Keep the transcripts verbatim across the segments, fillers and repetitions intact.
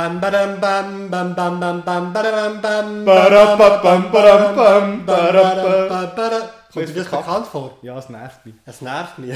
bam badam bam bam bam bam bam badam bam Barabam, barabam, barabam. Kommt dir das bekannt vor? Ja, es nervt mich. Es nervt mich.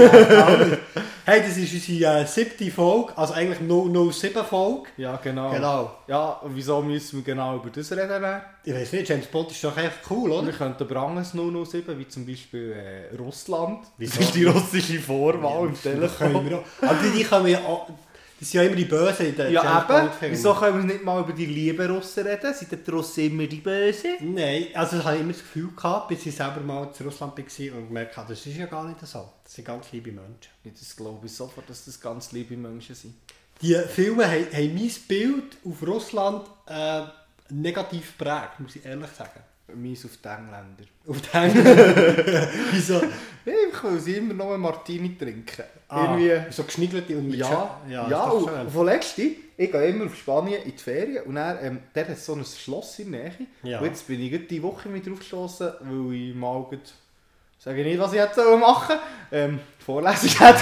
Hey, das ist unsere äh, siebte Folge, also eigentlich null null sieben Folge. Ja, genau. Genau. Ja, und wieso müssen wir genau über das reden? Dann? Ich weiß nicht, James Bond ist doch echt cool, oder? Wir könnten über anderes null null sieben, wie zum Beispiel äh, Russland. Wieso? Das ist die russische Vorwahl im Telefon. Wir auch. Aber die, die können wir ja auch, das sind ja immer die Bösen in den Ja, James eben. Bond-Filmen. Wieso können wir nicht mal über die lieben Russen reden? Sind die Russen immer die Bösen? Nein, also ich habe immer das Gefühl gehabt, bis ich selber mal zu Russland war und gemerkt habe, das ist ja gar nicht so. Das sind ganz liebe Menschen. Ja, das glaube ich sofort, dass das ganz liebe Menschen sind. Die Filme haben, haben mein Bild auf Russland äh, negativ geprägt, muss ich ehrlich sagen. Meins auf die Engländer. Auf die Hände. Wieso? Ich will sie immer noch einen Martini trinken. Ah, Irgendwie. so geschniegelte und mit Ja, Scha- ja, ist ja doch und schön. von letztem, ich gehe immer auf Spanien in die Ferien und dann, ähm, der hat so ein Schloss in der Nähe. Ja. Und jetzt bin ich gerade diese Woche mit drauf gestossen, weil ich mal gerade, sage nicht, was ich jetzt machen soll, ähm, die Vorlesung hatte.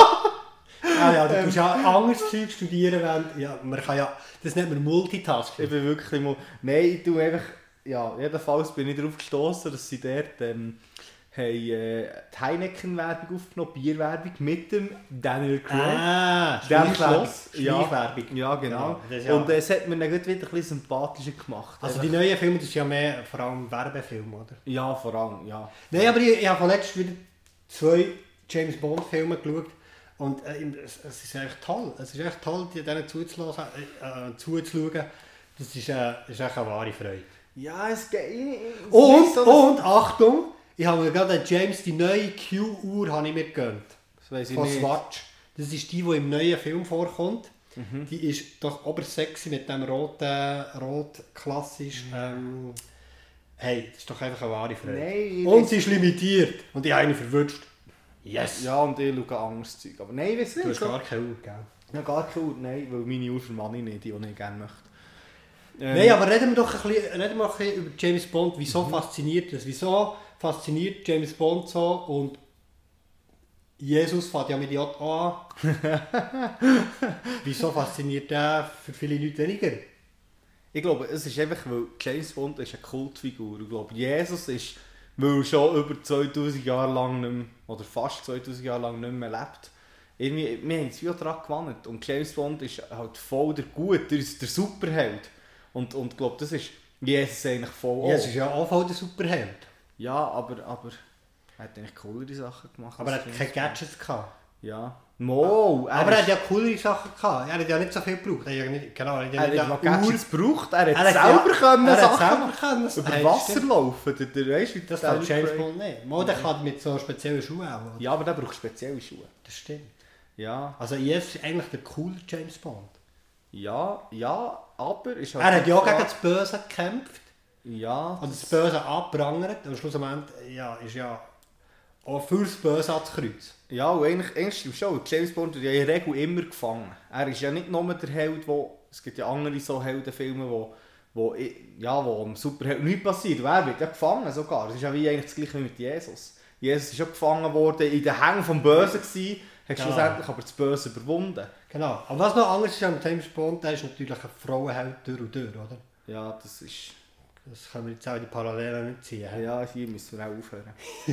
Ah ja, du musst ja anderes Zeug studieren, wenn, ja, man kann ja, das nennt man Multitasking. Ich bin wirklich mal, nein, ich tue einfach, ja, jedenfalls bin ich darauf gestossen, dass sie dort ähm, haben, äh, die Heineken-Werbung aufgenommen, Bierwerbung mit dem Daniel Craig. Ah, Dem Schleichwerbung. Schloss. Ja. Schleichwerbung. Ja, genau. Ja, das ist ja- Und äh, es hat mir dann gerade wieder ein bisschen sympathischer gemacht. Also die neuen Filme, das ist ja mehr vor allem Werbefilme, oder? Ja, vor allem, ja. Nein, aber ich, ich habe vorletzt wieder zwei James Bond Filme geschaut und äh, es, es ist echt toll. Es ist echt toll, die- denen zuzulassen, äh, äh, zuzuschauen. Das ist, äh, ist echt eine wahre Freude. Ja, es geht. Und, und, Achtung, ich habe mir gerade den James, die neue Q-Uhr habe ich mir gegönnt. Das weiss ich Von nicht. Swatch. Das ist die, die im neuen Film vorkommt. Die ist doch obersexy mit dem roten, rot klassisch. Ähm, hey, das ist doch einfach eine wahre Freude. Nein, Und sie ist limitiert. Und ich habe ihn verwünscht. Yes! Ja, und ich schaue anderes Zeug. Aber nein, weiss Du nicht. hast So. gar keine Uhr, gell? Ja, gar keine Uhr, nein, weil meine Uhr vermanne ich nicht, die ich gerne möchte. Ähm, Nein, aber reden wir doch ein bisschen, reden wir ein bisschen über James Bond. Wieso fasziniert das? Wieso fasziniert James Bond so? Und Jesus fängt ja mit J an. Wieso fasziniert der für viele Leute weniger? Ich glaube, es ist einfach, weil James Bond ist eine Kultfigur. Ich glaube, Jesus ist, weil er schon über zweitausend Jahre lang nicht mehr, oder fast zweitausend Jahre lang nicht mehr lebt. Irgendwie, wir haben es wie daran gewandt. Und James Bond ist halt voll der Gute, der, der Superheld. Und, und ich glaube, das ist Jesus eigentlich voll Jesus ist ja auch voll der Superheld. Ja, aber, aber er hat eigentlich coolere Sachen gemacht. Aber er als hat James keine Bond. Gadgets gehabt. Ja. Mo, er Aber er ist- hat ja coolere Sachen gehabt. Er hat ja nicht so viel gebraucht. Er hat ja nicht, genau, er hat ja Er nicht hat noch eine Uhr. Gadgets gebraucht, er hat Er hat selber ja- können er hat Sachen selber machen. können. Über Hey, Wasser stimmt. laufen, der, der, weißt, wie Das der kann James Craig- Bond nicht. Mal, der kann mit so speziellen Schuhen auch. Oder? Ja, aber der braucht spezielle Schuhe. Das stimmt. Ja, Also jetzt ist eigentlich der coole James Bond. ja, ja, aber ist halt Er hat ja auch die gegen Frage- das Böse gekämpft Ja, und das Böse abprangert und schlussendlich ja, ist ja auch für das Böse ans Kreuz. ja, und eigentlich, eigentlich stimmt schon, James Bond wird ja in der Regel immer gefangen. Er ist ja nicht nur der Held, wo, es gibt ja andere so Heldenfilme, wo, wo, i- ja, wo am Superheld nichts passiert. Und er wird ja gefangen sogar. Das ist ja wie eigentlich das gleiche wie mit Jesus. Jesus ist schon gefangen worden, in den Hängen vom Bösen gewesen, hat Ja. schlussendlich aber das Böse überwunden. Genau. Aber was noch anders ist an James Bond, der ist natürlich ein Frauenheld durch und durch, oder? Ja, das ist... Das können wir jetzt auch die Parallelen nicht ziehen. hä? Ja, hier müssen wir auch aufhören.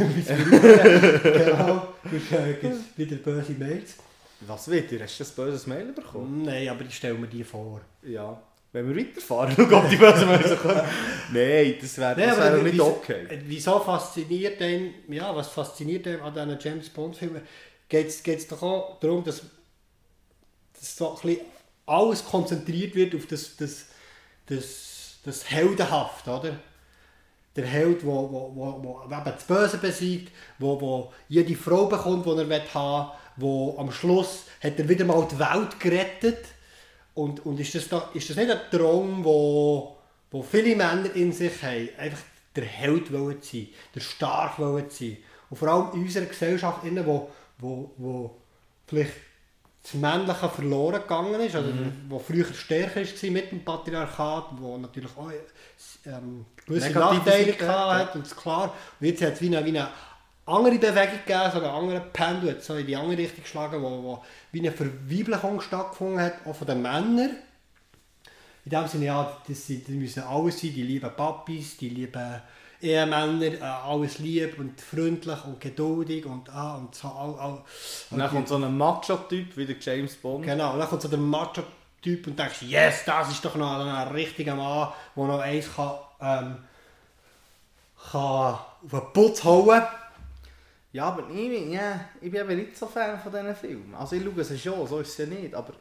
Genau. Du gibst wieder böse Mails. Was wieder? Hast du ein böses Mail bekommen? Nein, aber ich stelle mir die vor. Ja. Wenn wir weiterfahren, schauen, ob die bösen Mail so kommen. Nein, das wäre Nein, das aber wär nicht wieso- okay. äh, Wieso fasziniert denn, ja, was fasziniert denn an diesen James Bond Filmen? Geht es doch auch darum, dass, dass so ein bisschen alles konzentriert wird auf das, das, das, das Heldenhaft, oder? Der Held, der wo, wo, wo, wo eben das Böse besiegt, wo, wo jede Frau bekommt, die er haben will, wo am Schluss hat er wieder mal die Welt gerettet. Und, und ist, das da, ist das nicht ein Traum, wo, wo viele Männer in sich haben, einfach der Held wollen sein, der Stark wollen sein. Und vor allem in unserer Gesellschaft, innen, wo, wo, wo vielleicht das Männliche verloren gegangen ist, also Mhm. wo früher stärker war mit dem Patriarchat, wo natürlich auch ähm, gewisse Negative Nachteile Seiten, gehabt ja. hat, und es ist klar. Und jetzt hat es wie eine, wie eine andere Bewegung gegeben, so einen anderen Pendel, hat so in die andere Richtung geschlagen, wo, wo wie eine Verweiblichung stattgefunden hat, auch von den Männern. in dem Sinne, ja, das, die, die müssen alles sein, die lieben Papis, die lieben Ehemänner, äh, alles lieb und freundlich und geduldig und ah, und so. All, all, und dann kommt so ein Macho-Typ wie der James Bond. Genau, und dann kommt so der Macho-Typ und denkst, yes, das ist doch noch ein richtiger Mann, der noch eins kann, ähm, kann auf den Putz hauen. Ja, aber ich, ja, ich bin eben nicht so Fan von diesen Filmen. Also ich schaue sie schon, so ist es ja nicht, aber...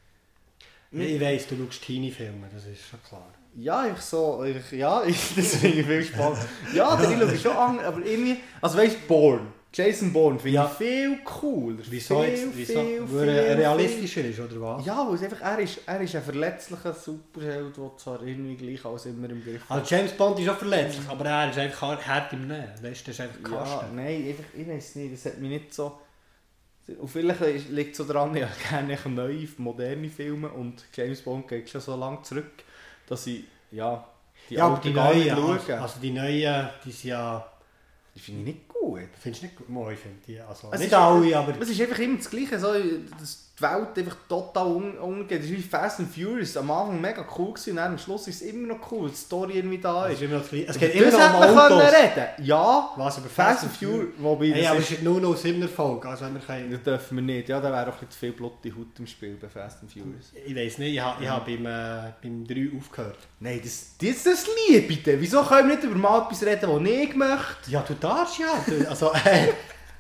Ja, ich weiss, du schaust Teenie-Filme, das ist schon klar. Ja, ich so, ich, ja, ich, das finde ich viel spannend. Ja, der ich schaue schon an, aber irgendwie, also weißt du, Bourne, Jason Bourne finde Ja. ich viel cooler. Wieso viel, jetzt? Wieso? Viel, Weil viel, er viel. realistischer ist, oder was? Ja, weil es einfach, er ist, er ist ein verletzlicher Superheld, der zwar irgendwie gleich als immer im Griff hat. Also James Bond ist auch verletzlich, aber er ist einfach hart im Nehmen. Weißt du, das ist einfach Ja, Kasten. nein, einfach, ich weiß nicht, das hat mich nicht so... Und vielleicht liegt es so daran, ich habe gerne neue, moderne Filme und James Bond geht schon so lange zurück, dass ich, ja, die Ja, aber alten die gar nicht neuen, schaue. also, also die neuen, die sind ja... Die finde ich nicht gut. Findest du nicht gut? Moi, ich finde die, also Es nicht ist- alle, aber... Es ist einfach immer das Gleiche, so, dass die Welt einfach total un- untergeht. Das ist wie Fast and Furious, am Anfang mega cool gewesen und dann am Schluss ist es immer noch cool, weil die Story irgendwie da Es ist. ist immer noch das Gleiche. Es geht immer Das noch hätte um man können Autos. reden. Ja, Was, über Fast and Furious, wobei Hey, das aber ist... es ist nur noch siebner Folge, also wenn wir können... Das dürfen wir nicht, ja, da wäre auch ein bisschen zu viel blutige Haut im Spiel bei Fast and Furious. Ich weiss nicht, ich habe ich hab beim, äh, beim drei aufgehört. Nein, das, das, das liebe ich dir. Wieso können wir nicht über mal etwas reden, das ich möchte? Ja, du darfst ja. Du, also, äh,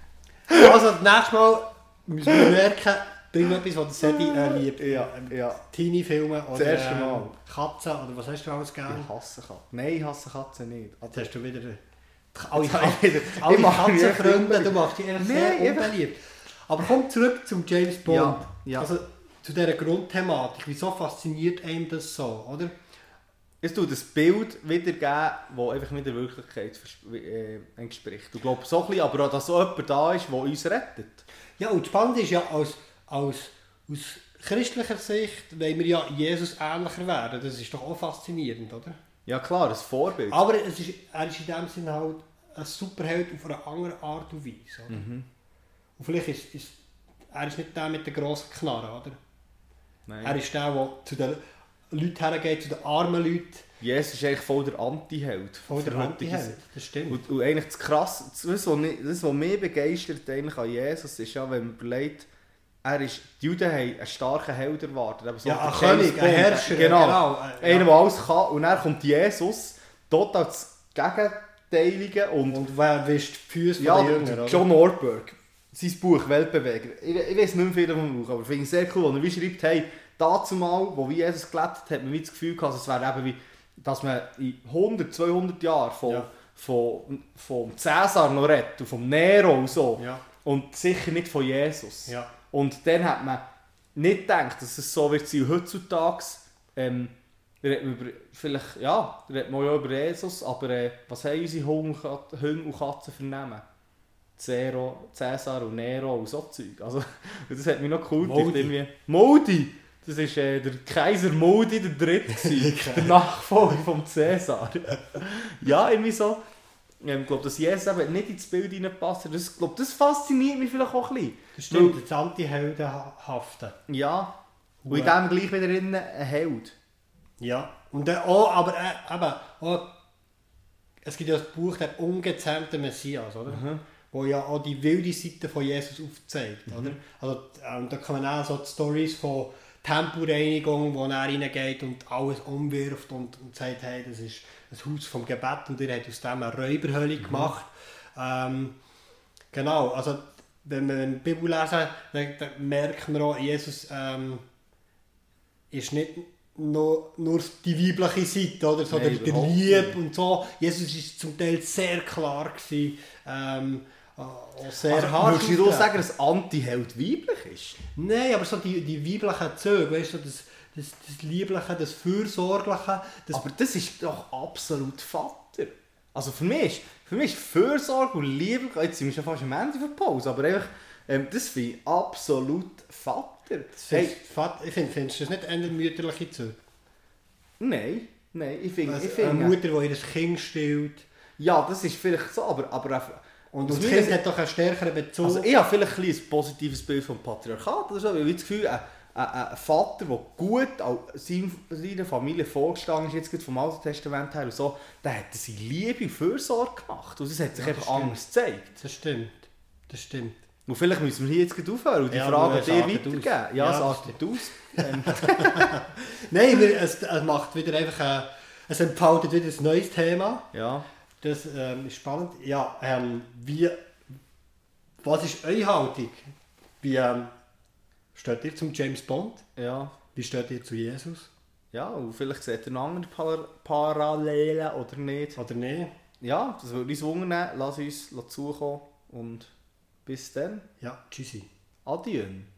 also, das nächste Mal müssen wir merken, bring etwas, was der Sedi äh, liebt. Ja, Ähm, ja. Teenie-Filme oder Das erste ähm, Mal. Katzen oder was hast du alles gerne? Ich hasse Katzen. Nein, ich hasse Katzen nicht. Jetzt hast du wieder... Alle, Jetzt habe ich wieder- alle ich mache mich Katzenfreunde, echt du machst dich eigentlich Nein, sehr einfach- unbeliebt. Aber komm zurück zum James Bond. Ja, ja. Also, zu dieser Grundthematik. Wieso fasziniert einem das so, oder? Es tut ein Bild wiedergeben, das einfach nicht der Wirklichkeit vers- äh, entspricht. Ich glaube so ein bisschen, aber auch, dass so jemand da ist, der uns rettet. Ja, und spannend ist ja, als, als, aus christlicher Sicht wollen wir ja Jesus ähnlicher werden. Das ist doch auch faszinierend, oder? Ja klar, ein Vorbild. Aber es ist, er ist in dem Sinne halt ein Superheld auf eine andere Art und Weise. Oder? Mhm. Und vielleicht ist, ist er ist nicht der mit der grossen Knarre, oder? Nein. Er ist der, der zu den Leuten hergeht, zu den armen Leuten. Jesus ist eigentlich voll der Anti-Held. Voll der Für heutige Antiheld, das stimmt. Und, und eigentlich das Krasse, das, was mich, das, was mich begeistert eigentlich an Jesus, ist ja, wenn man überlegt, er ist, die Juden haben einen starken Held erwartet. Eben so Ja, ein der James König, ein Bond, Herrscher, Genau, genau, äh, einer, ja. der alles kann. Und dann kommt Jesus, total das Gegenteilige. Und, Und wer wischt die Füße ja, von den Jüngern, oder? John Ortberg, sein Buch «Weltbeweger». Ich, ich weiß nicht mehr viel davon Buch, aber ich finde es sehr cool, wo er wie schreibt, hey, dazu mal, wo wie Jesus gelebt hat, hat man wie das Gefühl gehabt, es wäre eben wie, dass man in hundert, zweihundert Jahren von, Ja. von, vom Cäsar noch redet und vom Nero und so. Ja, Und sicher nicht von Jesus. ja. Und dann hat man nicht gedacht, dass es so wird sein. Heutzutage ähm, redet man über, vielleicht, ja, redet man ja über Jesus, aber äh, was haben unsere Hunde und Hunde und Katzen für Namen? Zero, Cäsar und Nero und so Zeug. Also, das hat mich noch cool Modi. gedacht, irgendwie. Modi! Das war äh, der Kaiser Modi der Dritte, gewesen, der Nachfolger vom Cäsar. Ja, irgendwie so. Ich glaube, dass Jesus eben nicht ins Bild hineinpasst. Das, glaub, das fasziniert mich vielleicht auch ein bisschen. Das stimmt, das Anti-Heldenhafte. Ja. Und in Ja. dem gleich wieder innen ein Held. Ja, und dann auch, aber äh, eben, auch, es gibt ja das Buch «Der ungezähmte Messias», oder? Mhm. Wo ja auch die wilde Seite von Jesus aufzeigt, Mhm. oder? Also, ähm, da kann man auch so die Storys von Temporeinigung, wo er reingeht und alles umwirft und, und sagt, hey, das ist ein Haus vom Gebet und er hat aus dem eine Räuberhölle Mhm. gemacht. Ähm, genau, also wenn wir die Bibel lesen, dann, dann merkt man auch, Jesus ähm, ist nicht nur, nur die weibliche Seite, oder? So Nein, der, der überhaupt Liebe nicht. und so. Jesus war zum Teil sehr klar gewesen, ähm, auch sehr Also, hart. würdest du auftreten. sagen, dass Anti-Held weiblich ist? Nein, aber so die, die weiblichen Züge, weißt du, das, das, das Liebliche, das Fürsorgliche, das Aber das ist doch absolut Vater. Also für mich ist, für mich ist Fürsorge und Liebe, jetzt sind wir schon fast am Ende der Pause, aber einfach, ähm, das finde ich absolut Vater. Hey, Findest- Vater- Ich finde, findest du das nicht eher mütterliche Züge? nein, nein, ich finde, ich Also eine finde, Mutter, die ihr Kind stillt. ja, das ist vielleicht so, aber, aber auch, Und, aus und das meiner Kind hat doch einen stärkeren Bezug. Also ich habe vielleicht ein, bisschen ein positives Bild vom Patriarchat oder so, weil ich das Gefühl, eine, ein Vater, der gut seiner Familie vorgestanden ist, jetzt gerade vom Alten Testament her und so, der hat seine Liebe und Fürsorge gemacht. Und das hat sich Ja, einfach anders gezeigt. Das stimmt. Das stimmt. Und vielleicht müssen wir hier jetzt gerade aufhören und die Ja, Frage dir artet weitergeben. aus. Ja, Ja, es das artet aus. Ähm, Nein, wir, es, es macht wieder einfach ein, es entfaltet wieder ein neues Thema. ja. Das ähm, ist spannend. Ja, ähm, wie, was ist eure Haltung? Wie ähm, steht ihr zum James Bond? Ja. Wie steht ihr zu Jesus? Ja, und vielleicht seht ihr noch andere Par Parallelen oder nicht. Oder nicht? Ja, das würde uns wundern. Lass uns zukommen und bis dann. Ja, tschüssi. Adieu.